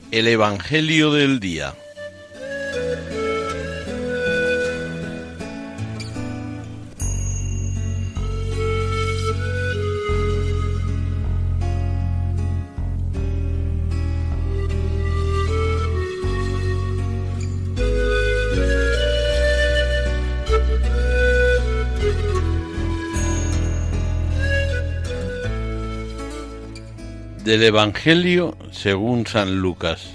El Evangelio del día. Del Evangelio según San Lucas.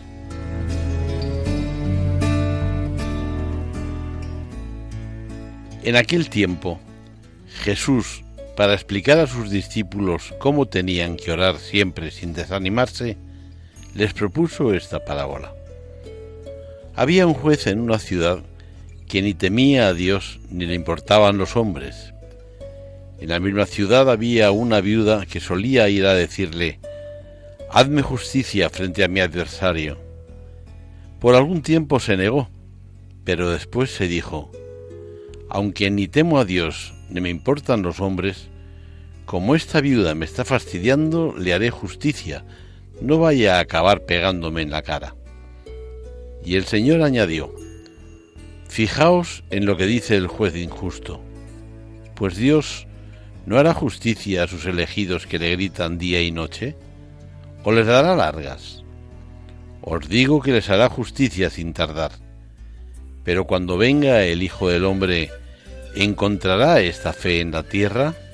En aquel tiempo, Jesús, para explicar a sus discípulos cómo tenían que orar siempre sin desanimarse, les propuso esta parábola. Había un juez en una ciudad que ni temía a Dios ni le importaban los hombres. En la misma ciudad había una viuda que solía ir a decirle: «Hazme justicia frente a mi adversario». Por algún tiempo se negó, pero después se dijo: «Aunque ni temo a Dios ni me importan los hombres, como esta viuda me está fastidiando, le haré justicia, no vaya a acabar pegándome en la cara». Y el Señor añadió: «Fijaos en lo que dice el juez injusto, pues Dios ¿no hará justicia a sus elegidos que le gritan día y noche? ¿O les dará largas? Os digo que les hará justicia sin tardar. Pero cuando venga el Hijo del Hombre, ¿encontrará esta fe en la tierra?».